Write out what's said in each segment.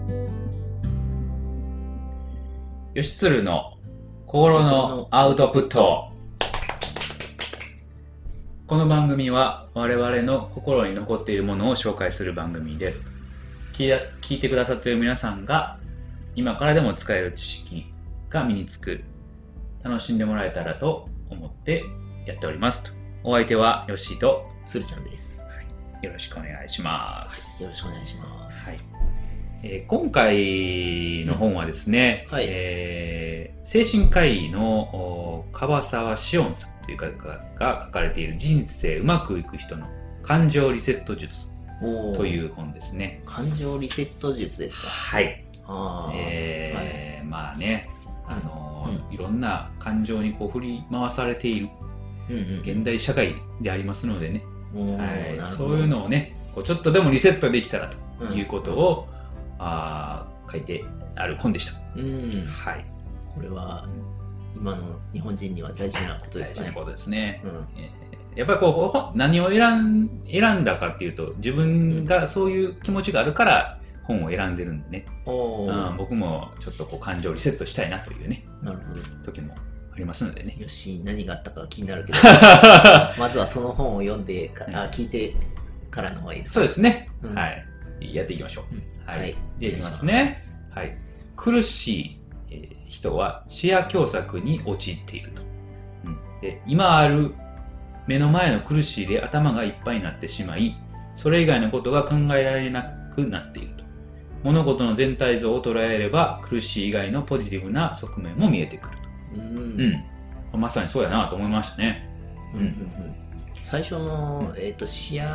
吉鶴の心のアウトプット。この番組は我々の心に残っているものを紹介する番組です。聞いてくださっている皆さんが今からでも使える知識が身につく、楽しんでもらえたらと思ってやっておりますと。お相手はヨッシーと鶴ちゃんです、 はい、よろしくお願いします、 よろしくお願いします、 今回の本はですね、精神科医の樺沢紫音さんという方が書かれている人生うまくいく人の感情リセット術という本ですね。 感情リセット術ですか。 はい。まあね、いろんな感情にこう振り回されている現代社会でありますのでね、そういうのをねこうちょっとでもリセットできたらということを、書いてある本でした。はい。 これは今の日本人には大事なことですね。 大事なことですね。やっぱりこう何を選んだかっていうと、自分がそういう気持ちがあるから本を選んでるんでね、僕もちょっとこう感情をリセットしたいなというね、時もありますのでね。 よし、何があったか気になるけどまずはその本を読んで聞いてからの方がいいですか。 そうですね、はい、やっていきましょう。でいきますね。苦しい人は視野狭窄に陥っていると。で、今ある目の前の苦しいで頭がいっぱいになってしまい、それ以外のことが考えられなくなっていると。物事の全体像を捉えれば苦しい以外のポジティブな側面も見えてくると。まさにそうやなと思いましたね。 最初の、視野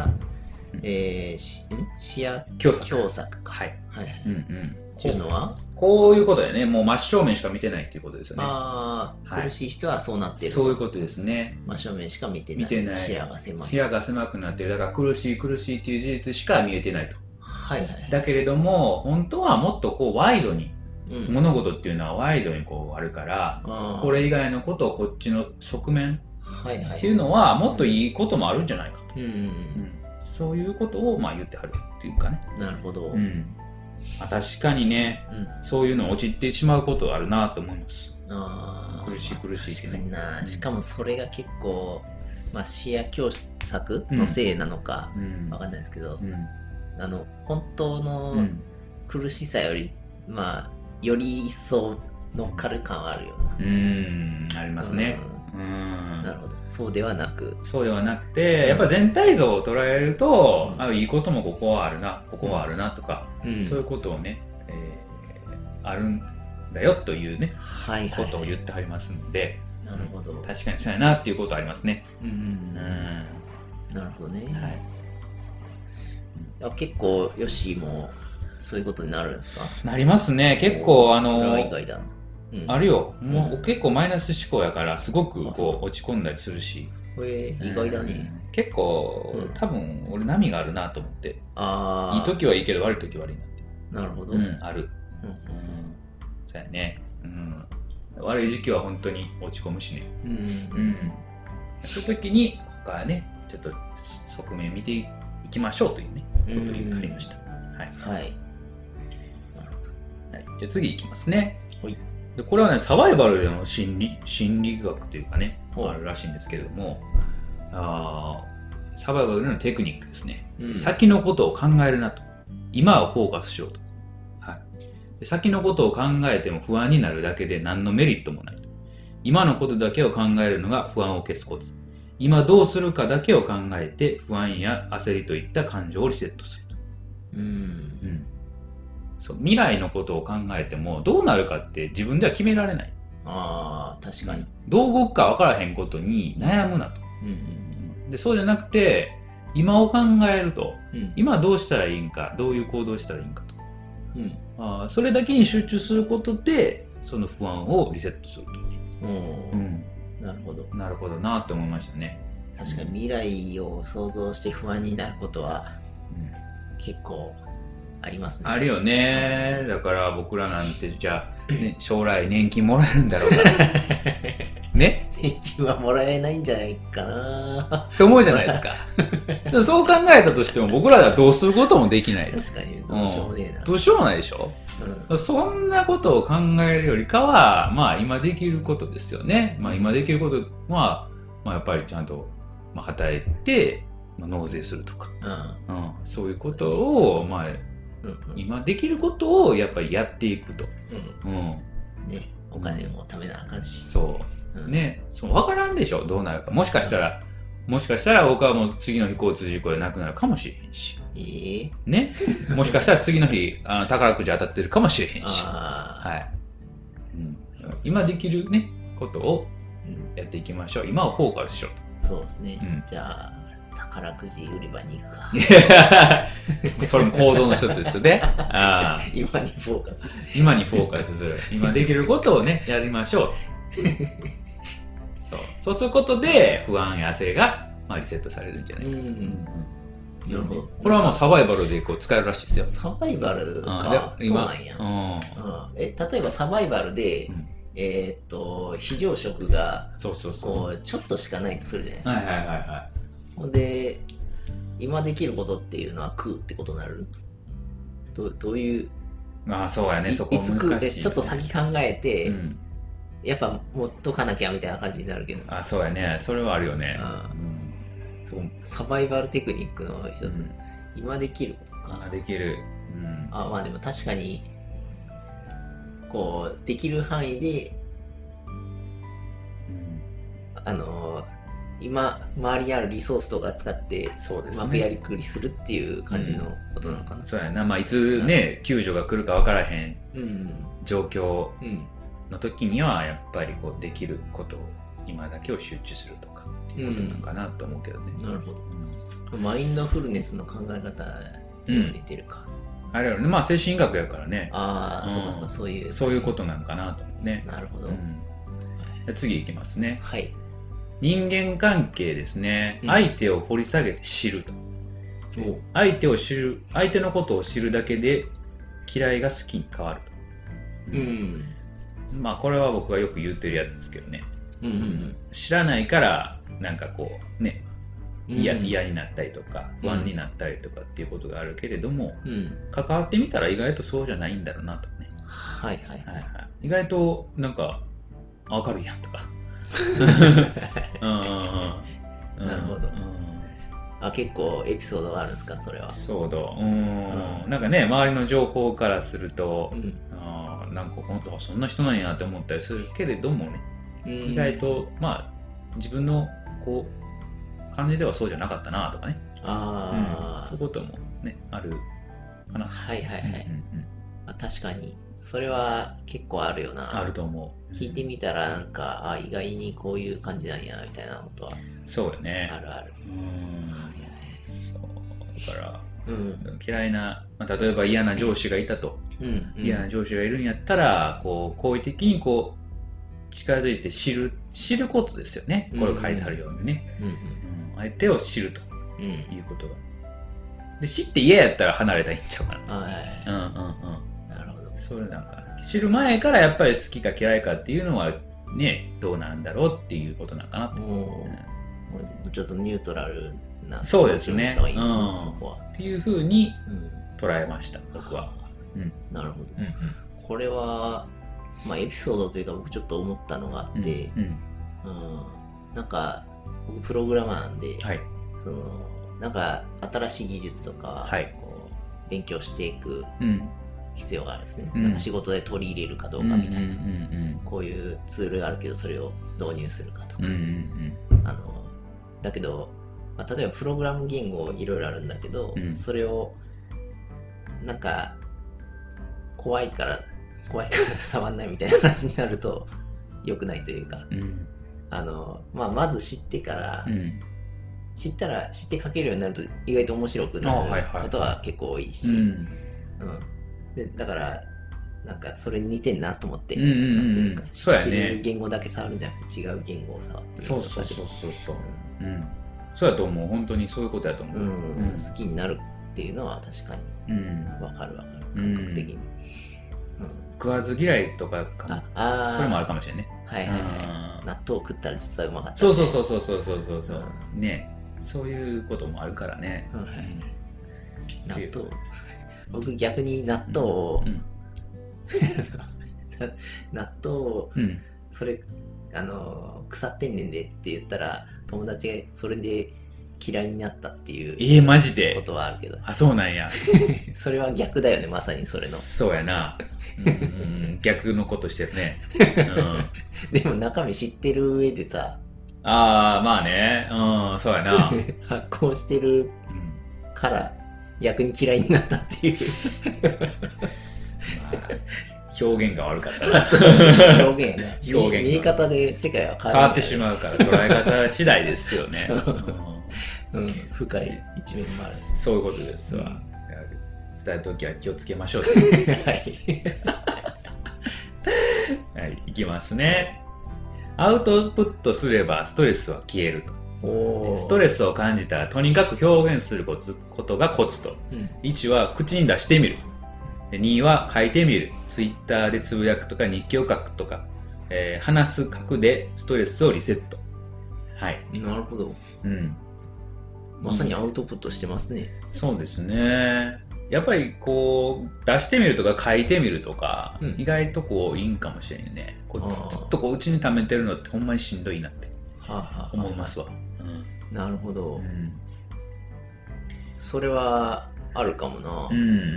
狭窄か。っていうのはこういうことだよね。もう真正面しか見てないっていうことですよね。 苦しい人はそうなっている。 そういうことですね。 真正面しか見てない。視野が狭い。 視野が狭くなっている。だから苦しいっていう事実しか見えてないと。だけれども本当はもっとこうワイドに、物事っていうのはワイドにこうあるから、これ以外のことをこっちの側面っていうのはもっといいこともあるんじゃないかと。そういうことを言ってはるっていうかね。 なるほど。 確かにね、そういうの陥ってしまうことあるなと思います。苦しいってね。しかもそれが結構、視野狭窄のせいなのかわかんないですけど、本当の苦しさよりより一層乗っかる感はあるような。 ありますね。 なるほど。そうではなくて、やっぱ全体像を捉えると、いいこともここはあるなとか、そういうことをね、あるんだよというね、ことを言ってはりますので、 なるほど。 確かにそうやなっていうことありますね。 なるほどね。結構ヨッシーもそういうことになるんですか。 なりますね。結構それは意外だな。 あるよ。もう結構マイナス思考やからすごくこう落ち込んだりするし。 意外だね。 結構多分俺波があるなと思って。いい時はいいけど悪い時は悪いなって。 なるほど。 ある。そうやね。悪い時期は本当に落ち込むしね。そういう時にここからねちょっと側面見ていきましょうというねことに書きました。なるほど。じゃあ次いきますね。でこれはねサバイバルでの心理学というかねあるらしいんですけれども、サバイバルでのテクニックですね。先のことを考えるなと。今をフォーカスしようと。で先のことを考えても不安になるだけで何のメリットもないと。今のことだけを考えるのが不安を消すコツ。今どうするかだけを考えて不安や焦りといった感情をリセットすると。そう未来のことを考えてもどうなるかって自分では決められない。 確かに。 どう動くか分からへんことに悩むなと。でそうじゃなくて今を考えると、今どうしたらいいんか、どういう行動したらいいんかと、それだけに集中することでその不安をリセットすると。 なるほど。 なるほどなって思いましたね。 確かに未来を想像して不安になることは結構ありますね。 あるよね。だから僕らなんてじゃあ、将来年金もらえるんだろうかね年金はもらえないんじゃないかなって思うじゃないですか。そう考えたとしても僕らではどうすることもできないです。 確かにどうしようもねえな。 どうしようもないでしょ、そんなことを考えるよりかは、まあ今できることですよね。まあ今できることは、まあやっぱりちゃんと働いて、納税するとか、そういうことを、まあ、今できることをやっぱりやっていくと。 ね、お金も貯めなあかんし。 そう。ね、分からんでしょ、どうなるか。もしかしたら僕はもう次の日交通事故で亡くなるかもしれへんし。ね、もしかしたら次の日宝くじ当たってるかもしれへんし。はい。今できるね、ことをやっていきましょう。今をフォーカスしようと。そうですね。じゃあ、宝くじ売り場に行くか。 それも行動の一つですよね。 今にフォーカスする。 今にフォーカスする。今できることをね、やりましょう。そうすることで不安や焦りが、リセットされるんじゃないかなるほど。これはもうサバイバルで使えるらしいですよ。 サバイバルか。そうなんや。例えばサバイバルで、非常食がちょっとしかないとするじゃないですか。ほんで、今できることっていうのは食うってことになる？どういう。 そうやね、そこ難しい。 ちょっと先考えて、やっぱ持っとかなきゃみたいな感じになるけど。 そうやね、それはあるよね。 サバイバルテクニックの一つ。今できることか。 今できる。 でも確かに、こう、できる範囲で、今周りにあるリソースとか使ってうまくやりくりするっていう感じのことなのかな。 そうやな、いつね救助が来るか分からへん状況の時にはやっぱりこうできることを今だけを集中するとかっていうことなのかなと思うけどね。 なるほど。マインドフルネスの考え方に似てるか。 あれはね、精神医学やからね。 そうかそういうことなんかなと思うね。 なるほど。 次いきますね。 はい。 人間関係ですね。相手を掘り下げて知ると。相手のことを知るだけで嫌いが好きに変わると。これは僕がよく言ってるやつですけどね。知らないからなんかこうね、嫌になったりとか不安になったりとかっていうことがあるけれども、関わってみたら意外とそうじゃないんだろうなとね。意外となんか明るいやんとか。 なるほど。結構エピソードがあるんですか、それは。 なんかね、周りの情報からすると、なんか本当はそんな人なんやって思ったりするけれどもね、意外と自分のこう感じではそうじゃなかったなとかね。そういうこともねあるかな。 確かにそれは結構あるよな。 あると思う。 聞いてみたらなんか意外にこういう感じなんやみたいなことはそうよね。 あるある。 そうだから、嫌いな、例えば嫌な上司がいたと、嫌な上司がいるんやったらこう好意的にこう近づいて知ることですよね。これ書いてあるようにね、相手を知るということが、で知って嫌やったら離れたらいいんちゃうかな。 なるほど。 それなんか知る前からやっぱり好きか嫌いかっていうのはね、どうなんだろうっていうことなんかなと。 ちょっとニュートラルな。 そうですね。 そこはっていうふうに捉えました、僕は。 なるほど。これはエピソードというか僕ちょっと思ったのがあって、なんか僕プログラマーなんで、そのなんか新しい技術とかこう勉強していく必要があるんですね。なんか仕事で取り入れるかどうかみたいな、こういうツールがあるけどそれを導入するかとか、だけど、例えばプログラム言語いろいろあるんだけど、それをなんか怖いから触んないみたいな感じになると良くないというか、まず知ってから、知って書けるようになると意外と面白くなることは結構多いし、でだからなんかそれに似てんなと思って、なんていうか知ってる言語だけ触るんじゃなくて違う言語を触ってみる。 そうそうやと思う。本当にそういうことやと思う。 好きになるっていうのは確かに分かる感覚的に。 食わず嫌いとかそれもあるかもしれないね。 納豆を食ったら実はうまかった、 そうそうそうそうそうそうそうそう、ね、そういうこともあるからね、 納豆僕逆に納豆を、納豆を、それ腐ってんねんでって言ったら友達がそれで嫌いになったっていうマジでことはあるけど、 あ、そうなんやそれは逆だよね、まさにそれの。 そうやな、逆のことしてるね、 でも中身知ってる上でさ、 ああまあね、そうやな発酵してるから逆に嫌いになったっていう、 まあ表現が悪かったな表現が見え方で世界は変わってしまうから捉え方次第ですよね、 深い一面もある。 そういうことですわ、伝えるときは気をつけましょうはい、いきますね。アウトプットすればストレスは消えると。ストレスを感じたらとにかく表現することがコツと、1は口に出してみる、2は書いてみる、ツイッターでつぶやくとか日記を書くとか、話す書くでストレスをリセット。はい、 なるほど、まさにアウトプットしてますね。 そうですね。やっぱりこう出してみるとか書いてみるとか、意外とこういいんかもしれんね。こうずっとこううちに溜めてるのってほんまにしんどいなって思いますわ。 なるほど、それはあるかもな。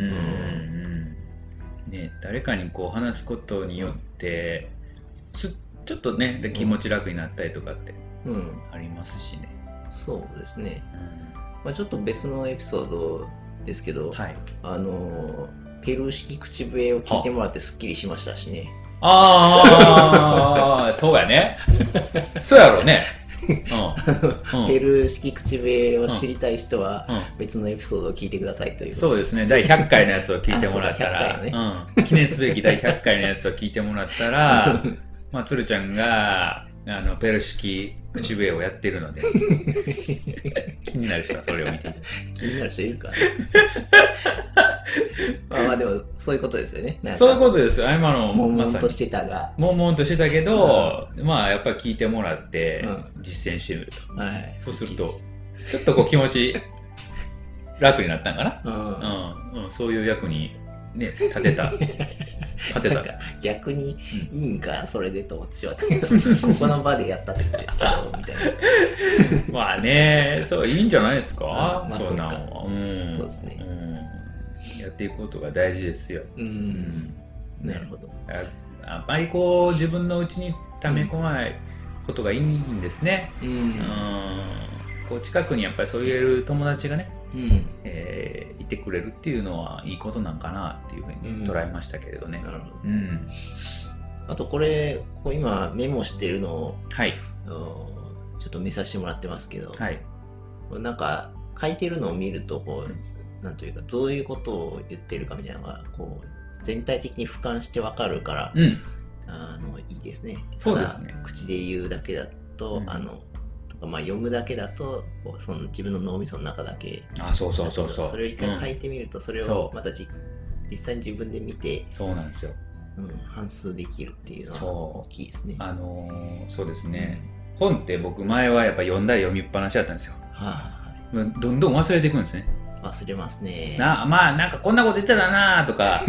ね、誰かにこう話すことによってちょっとね気持ち楽になったりとかってありますしね。 そうですね、まあ、ちょっと別のエピソードですけど、ペルー式口笛を聞いてもらってすっきりしましたしね。 ああそうやねそうやろうね、 ペルー式口笛を知りたい人は別のエピソードを聞いてくださいという、 そうですね、第100回のやつを聞いてもらったら、記念すべき第100回のやつを聞いてもらったらまあ鶴ちゃんがペル式口笛をやってるので気になる人はそれを見て気になる人いるかまあでもそういうことですよね。 そういうことですよ。今の悶々としてたが悶々としてたけど、まあやっぱり聞いてもらって実践してみると、そうするとちょっとこう気持ち楽になったんかな、そういう役にね立てた逆にいいんか、それでと思ってしまったけどここの場でやったってことだみたいなまあね、そういいんじゃないですか、そんなのは。 そうですね、 やっていくことが大事ですよ。 なるほど。 やっぱりこう自分の内に溜め込まないことがいいんですね。こう近くにやっぱりそういう友達がね、いてくれるっていうのはいいことなんかなっていうふうに捉えましたけれどね。 なるほど。あとこれ今メモしてるのを、ちょっと見させてもらってますけど、なんか書いてるのを見るとこう、なんというかどういうことを言ってるかみたいなのがこう全体的に俯瞰してわかるから、いいですね。 そうですね。 口で言うだけだと、とかまあ読むだけだとこうその自分の脳みその中だけ。 そうそれを一回書いてみると、それをまた実際に自分で見て、 そうなんですよ。 反芻できるっていうのは大きいですね。 そうですね。本って僕前はやっぱ読んだり読みっぱなしだったんですよ。どんどん忘れていくんですね。 忘れますね。 まあなんかこんなこと言ってたなとか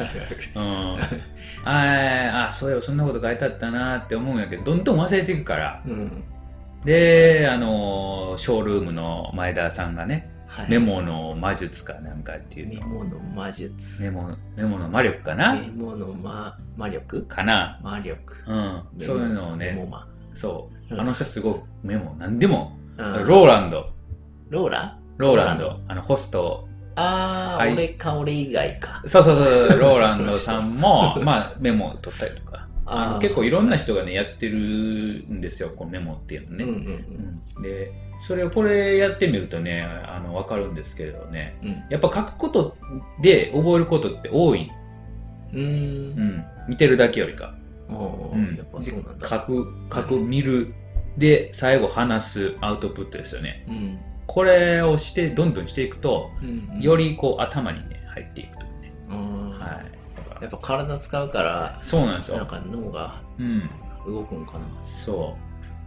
そういえばそんなこと書いてあったなって思うんやけど、どんどん忘れていくから、でショールームの前田さんがね、メモの魔術かなんかっていうメモの魔術、 メモの魔力かな、 メモの魔力かな、 魔力、 そういうのをね、そうあの人すごいメモ何でも、ローランドホスト、俺以外か、 そうローランドさんもまあメモを取ったりとか結構いろんな人がねやってるんですよ、このメモっていうのね。でこれやってみるとね分かるんですけれどね、やっぱ書くことで覚えることって多い。見てるだけよりか。 やっぱそうなんだ。 書く見るで最後話すアウトプットですよね。これをしてどんどんしていくと、よりこう頭にね入っていくというね。 やっぱ体使うから、 そうなんですよ。 なんか脳が動くんかな。 そう、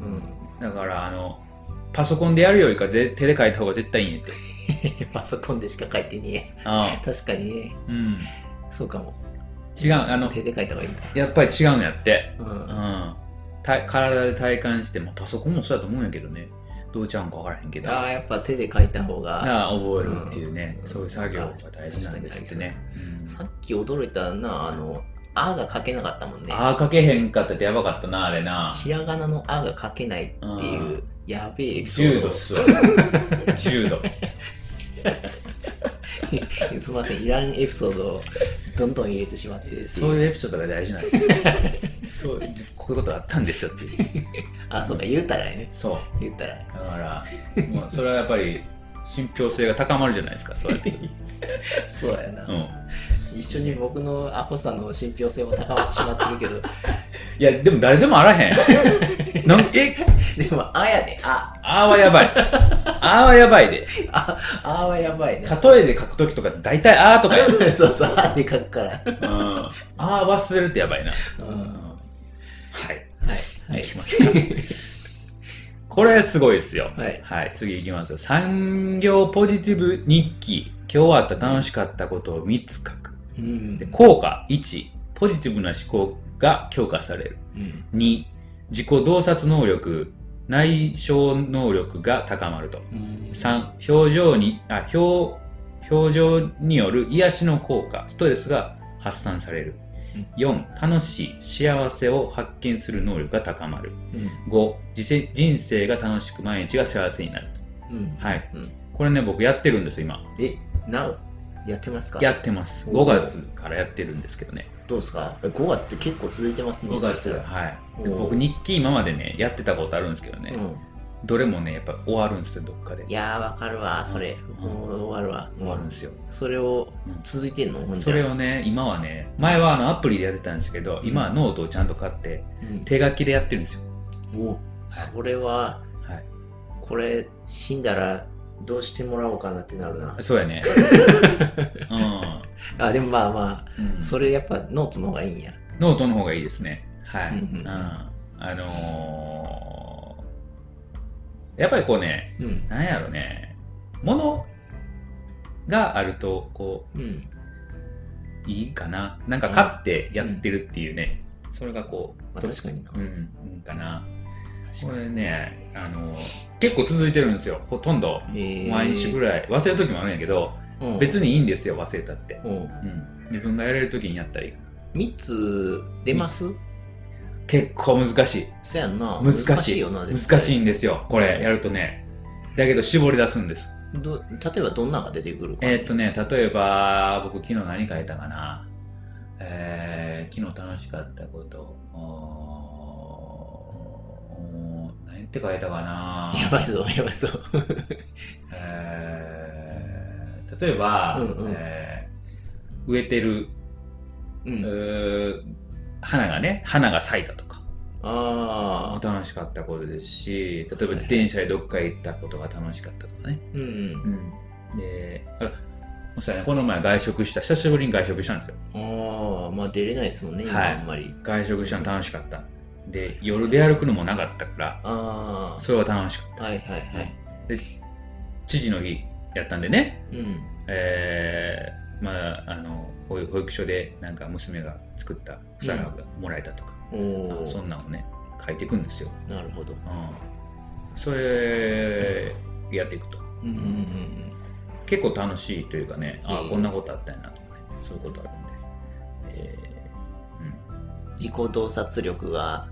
だからパソコンでやるよりか手で書いた方が絶対いいねってパソコンでしか書いてねえ。確かにね。そうかも。 違う、 手で書いた方がいいんだ。 やっぱり違うんやって。体で体感しても、パソコンもそうだと思うんやけどね。どうちゃうんか分からへんけど。 やっぱ手で書いた方が。 覚えるっていうね、そういう作業が大事なんですってね。 さっき驚いたな、あが書けなかったもんね。 書けへんかったってやばかったな、あれな。 ひらがなのあが書けないっていう、やべえエピソード。 重度っすわ。重度。 すみません、いらんエピソードをどんどん入れてしまって。 そういうエピソードが大事なんですよ。そう、こういうことがあったんですよっていう。 そうか、言うたらね。 そう。 言ったら。 だから、もうそれはやっぱり信憑性が高まるじゃないですか、そうやって。 そうやな。一緒に僕のアホさの信憑性も高まってしまってるけど。 いや、でも誰でもあらへん。でも、やで。 はやばい。はやばいで。 はやばいね。 例えで書くときとか大体とかやる。 そうそう、で書くから。 忘れるってやばいな。はい。いきますか。これすごいですよ。はい。次いきますよ。産業ポジティブ日記。今日あった楽しかったことを3つ書く。で効果1、ポジティブな思考が強化される。2、自己洞察能力、内省能力が高まると。3、表情による癒しの効果、ストレスが発散される。4、楽しい、幸せを発見する能力が高まる。5、人生が楽しく毎日が幸せになると。はい。これね、僕やってるんですよ、今。 やってますか？ やってます。5月からやってるんですけどね。 どうですか？5月って結構続いてますね。 5月はい。僕日記今までねやってたことあるんですけどね、どれもねやっぱ終わるんですよ、どっかで。 いやーわかるわそれ。もう終わるわ。 終わるんですよ。 それを続いてんの？ それをね今はね、前はアプリでやってたんですけど、今はノートをちゃんと買って手書きでやってるんですよ。 それはこれ死んだらどうしてもらおうかなってなるな。 そうやね。 でもまあ、それやっぱノートの方がいいんや。 ノートの方がいいですね。はい。やっぱりこうね、なんやろね、ものがあるとこう、いいかな。なんか買ってやってるっていうね、それがこう、 確かにな。 かな。これね、結構続いてるんですよ。ほとんど毎日ぐらい忘れる時もあるんやけど、別にいいんですよ、忘れたって。自分がやれる時にやったらいいかな。 3つ出ます？ 結構難しい。 そうやんな。 難しいよな。難しいんですよ、これやるとね。だけど絞り出すんです。 例えばどんなのが出てくるか。 例えば僕昨日何書いたかな。昨日楽しかったこと。何って書いたかな。 やばいぞ、やばいぞ。 例えば、植えてる、花が咲いたとか。楽しかったことですし、例えば自転車でどっか行ったことが楽しかったとかね。で、この前久しぶりに外食したんですよ。 まあ出れないですもんね、今あんまり。 外食したの楽しかった。で、夜出歩くのもなかったから、それは楽しかった。で、父の日やったんでね、保育所でなんか娘が作った草がもらえたとか、そんなのね、書いていくんですよ。 なるほど。 それやっていくと。結構楽しいというかね、こんなことあったんやなとかね、そういうことあるんで。 自己洞察力が、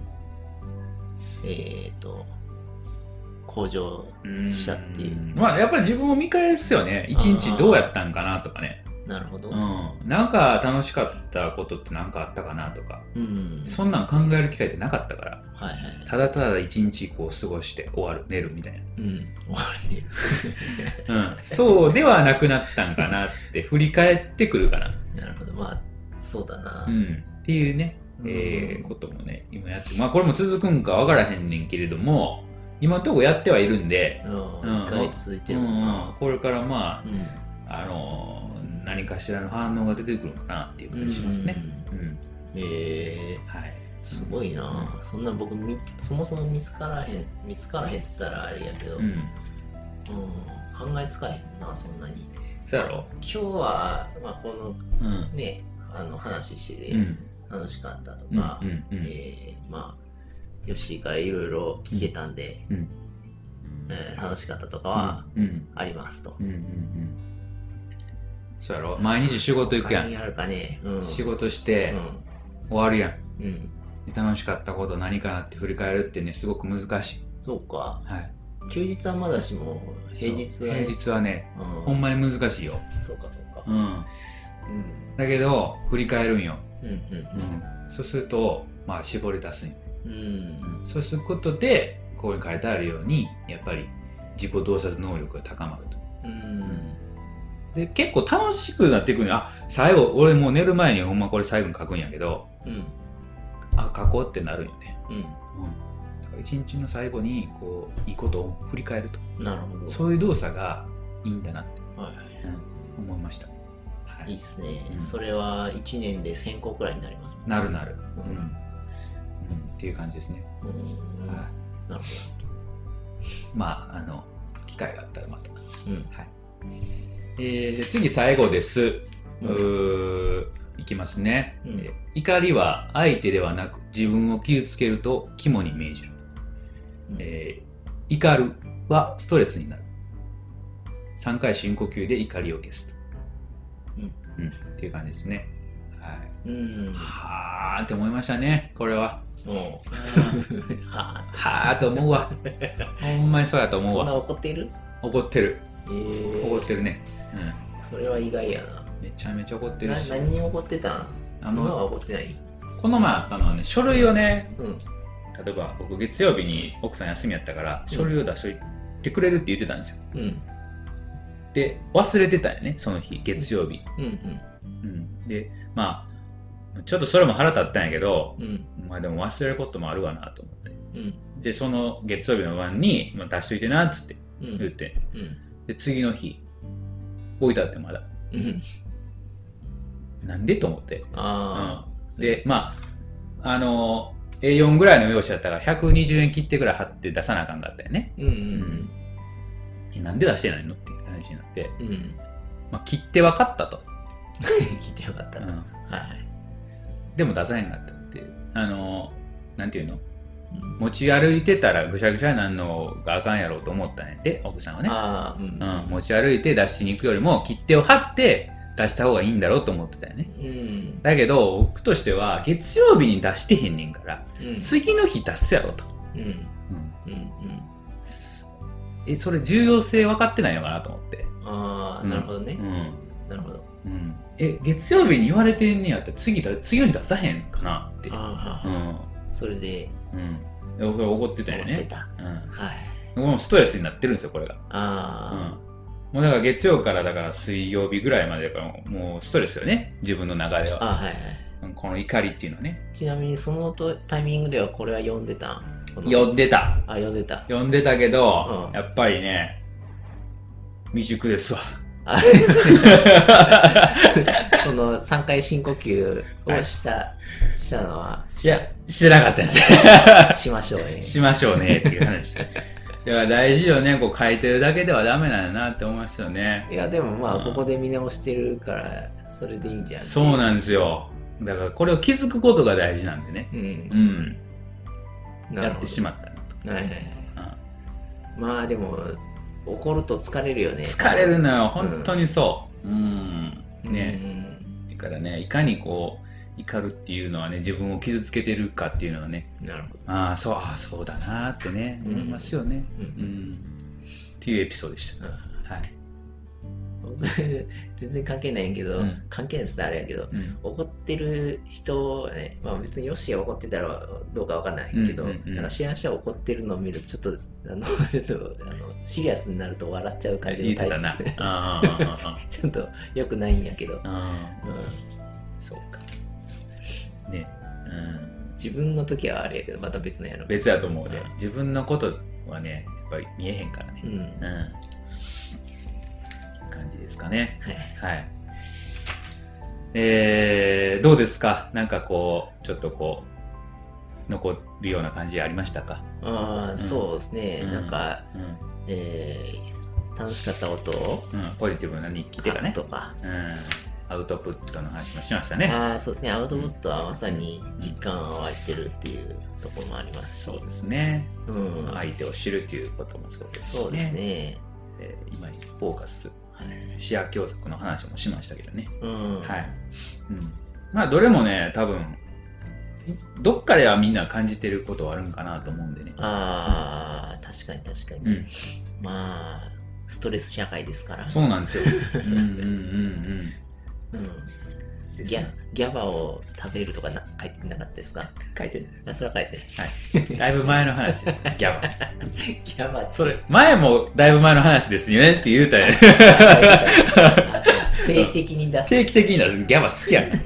向上したっていう。 やっぱり自分を見返すよね。一日どうやったんかなとかね。 なるほど。 なんか楽しかったことって何かあったかなとか、そんなん考える機会ってなかったから、ただただ一日こう過ごして終わる、寝るみたいな。 終わる、寝る。 そうではなくなったんかなって振り返ってくるかな。 なるほど。まあ、そうだな。 っていうね。こともね今やって、これも続くんか分からへんねんけれども、今のところやってはいるんで、 1回続いてるもんな。 これから何かしらの反応が出てくるのかなっていう感じしますね。 すごいな、そんな僕そもそも見つからへんっつったらあれやけど、考えつかへんな、そんなに。 そうやろ。 今日は、まあ、この、ね、話してて楽しかったとか、まあ、ヨッシーからいろいろ聞けたんで、楽しかったとかはありますと。 そうやろ。毎日仕事行くやん。 何あるかね、 仕事して終わるやん。楽しかったこと何かなって振り返るってね、すごく難しい。 そうか。 はい。 休日はまだしも、平日はね、ほんまに難しいよ。 そうかそうか。 だけど、振り返るんよ。そうすると、まあ、絞り出すんよ。そうすることで、ここに書いてあるように、やっぱり自己洞察能力が高まると。で、結構楽しくなってくるあ、最後、俺もう寝る前にほんまこれ最後に書くんやけど、書こうってなるんよね。一日の最後にこういいことを振り返ると。 なるほど。 そういう動作がいいんだなって思いました。 いいっすね。それは1年で1000個くらいになりますもんね。 なる。っていう感じですね。 なるほど。 まあ機会があったらまた。で次最後です。いきますね。怒りは相手ではなく自分を傷つけると肝に銘じる。怒るはストレスになる。3回深呼吸で怒りを消すと。っていう感じですね。はーって思いましたね、これは。はーって思うわ。ほんまにそうやと思うわ。 そんな怒ってる？ 怒ってる。怒ってるね。 それは意外やな。 めちゃめちゃ怒ってるし。 何に怒ってたん？今は怒ってない？ この前あったのはね、書類をね、例えば僕月曜日に奥さん休みやったから書類を出しといてくれるって言ってたんですよ。で忘れてたよね、その日月曜日。でまあちょっとそれも腹立ったんやけど、まあでも忘れることもあるわなと思って、でその月曜日の晩に、まあ、出しといてなっつって言って、で次の日置いてあってまだ、なんでと思って、でまあA4 ぐらいの用紙だったから120円切ってぐらい貼って出さなあかんかったよね。なんで出してないのっていう話になって、まあ、切って分かったと。 切って分かったと。 でも出さへんかったって、なんていうの、持ち歩いてたらぐしゃぐしゃになるのがあかんやろうと思ったんやって奥さんはね。持ち歩いて出しに行くよりも切手を貼って出した方がいいんだろうと思ってたよね。だけど僕としては月曜日に出してへんねんから、次の日出すやろと。それ重要性分かってないのかなと思って。 なるほどね。なるほど。 月曜日に言われてんねやったら次の日出さへんかなって。 それで怒ってたよね。 怒ってた。 もうストレスになってるんですよこれが。もうだから月曜からだから水曜日ぐらいまでだからもうストレスよね、自分の中では。この怒りっていうのはね。 ちなみにそのタイミングではこれは読んでたん？ 読んでた。 読んでた。 読んでたけど、やっぱりね、未熟ですわ。 その3回深呼吸をしたのは、 いや、してなかったです。 しましょうね。 しましょうねっていう話。だから大事よね、こう書いてるだけではダメなんだなって思いますよね。 いやでもまあここで見直してるからそれでいいんじゃん。 そうなんですよ。だからこれを気づくことが大事なんでね。やってしまったなと。 まあでも怒ると疲れるよね。 疲れるのよ、本当にそう。ね。だからね、いかにこう怒るっていうのはね、自分を傷つけてるかっていうのはね、 なるほど。 そうだなってね、思いますよね。っていうエピソードでした。 僕全然関係ないんやけど、関係ないですねあれやけど、怒ってる人ね、まあ別にヨッシーが怒ってたらどうかわかんないけど、なんか知らん人が怒ってるのを見るとちょっとシリアスになると笑っちゃう感じの体質でちょっと良くないんやけど、 そうかね、 自分の時はあれやけどまた別のやろ。 別やと思うで、自分のことはねやっぱり見えへんからね。感じですかね。どうですか、なんかこうちょっとこ残るような感じありましたか？ そうですね、なんか、楽しかったことを、 ポジティブな日記とかね、 とか、 アウトプットの話もしましたね。 そうですね、アウトプットはまさに実感が湧いてるっていうところもありますし、 そうですね、相手を知るということもそうですしね。 そうですね。 今フォーカス、視野狭窄の話もしましたけどね。はい。まあどれもね、多分どっかではみんな感じてることはあるんかなと思うんでね。 確かに確かに。まあストレス社会ですから。 そうなんですよ。 ギャバを食べるとか書いてなかったですか？ 書いてる。 それは書いてる。 はい。だいぶ前の話です。ギャバ。 ギャバ。 それ前もだいぶ前の話ですよねって言うたらね。 定期的に出す。 定期的に出す。ギャバ好きやな。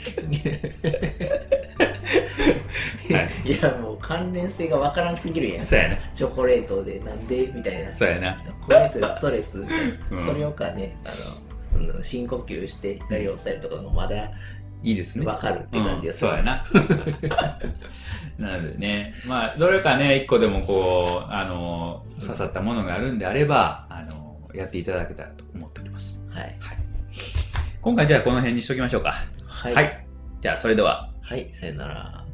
いやもう関連性がわからんすぎるやん。 そうやな。 チョコレートでなんでみたいな。 そうやな。 チョコレートでストレスみたいな。それをかね、深呼吸して光を抑えるとかもまだいいですね。 わかるって感じがする。 そうやな。なのでね、まあどれかね一個でもこう刺さったものがあるんであればやっていただけたらと思っております。はい。今回じゃあこの辺にしときましょうか。はい。じゃあそれでは。 はい、さよなら。